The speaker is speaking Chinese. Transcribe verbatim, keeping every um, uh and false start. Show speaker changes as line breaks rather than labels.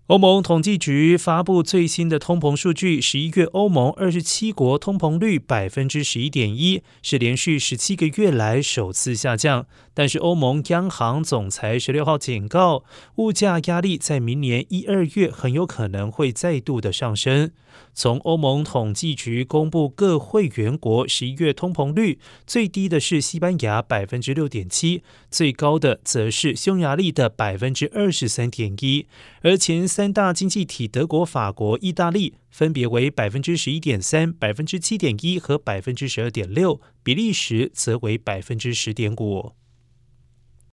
欧盟统计局发布最新的通膨数据，十一月欧盟二十七国通膨率 百分之十一点一， 是连续十七个月来首次下降。但是欧盟央行总裁十六号警告，物价压力在明年一二月很有可能会再度的上升。从欧盟统计局公布各会员国十一月通膨率，最低的是西班牙 百分之六点七， 最高的则是匈牙利的 百分之二十三点一， 而前三大经济体德国、法国、意大利分别为 百分之十一点三、百分之七点一 和 百分之十二点六， 比利时则为 百分之十点五。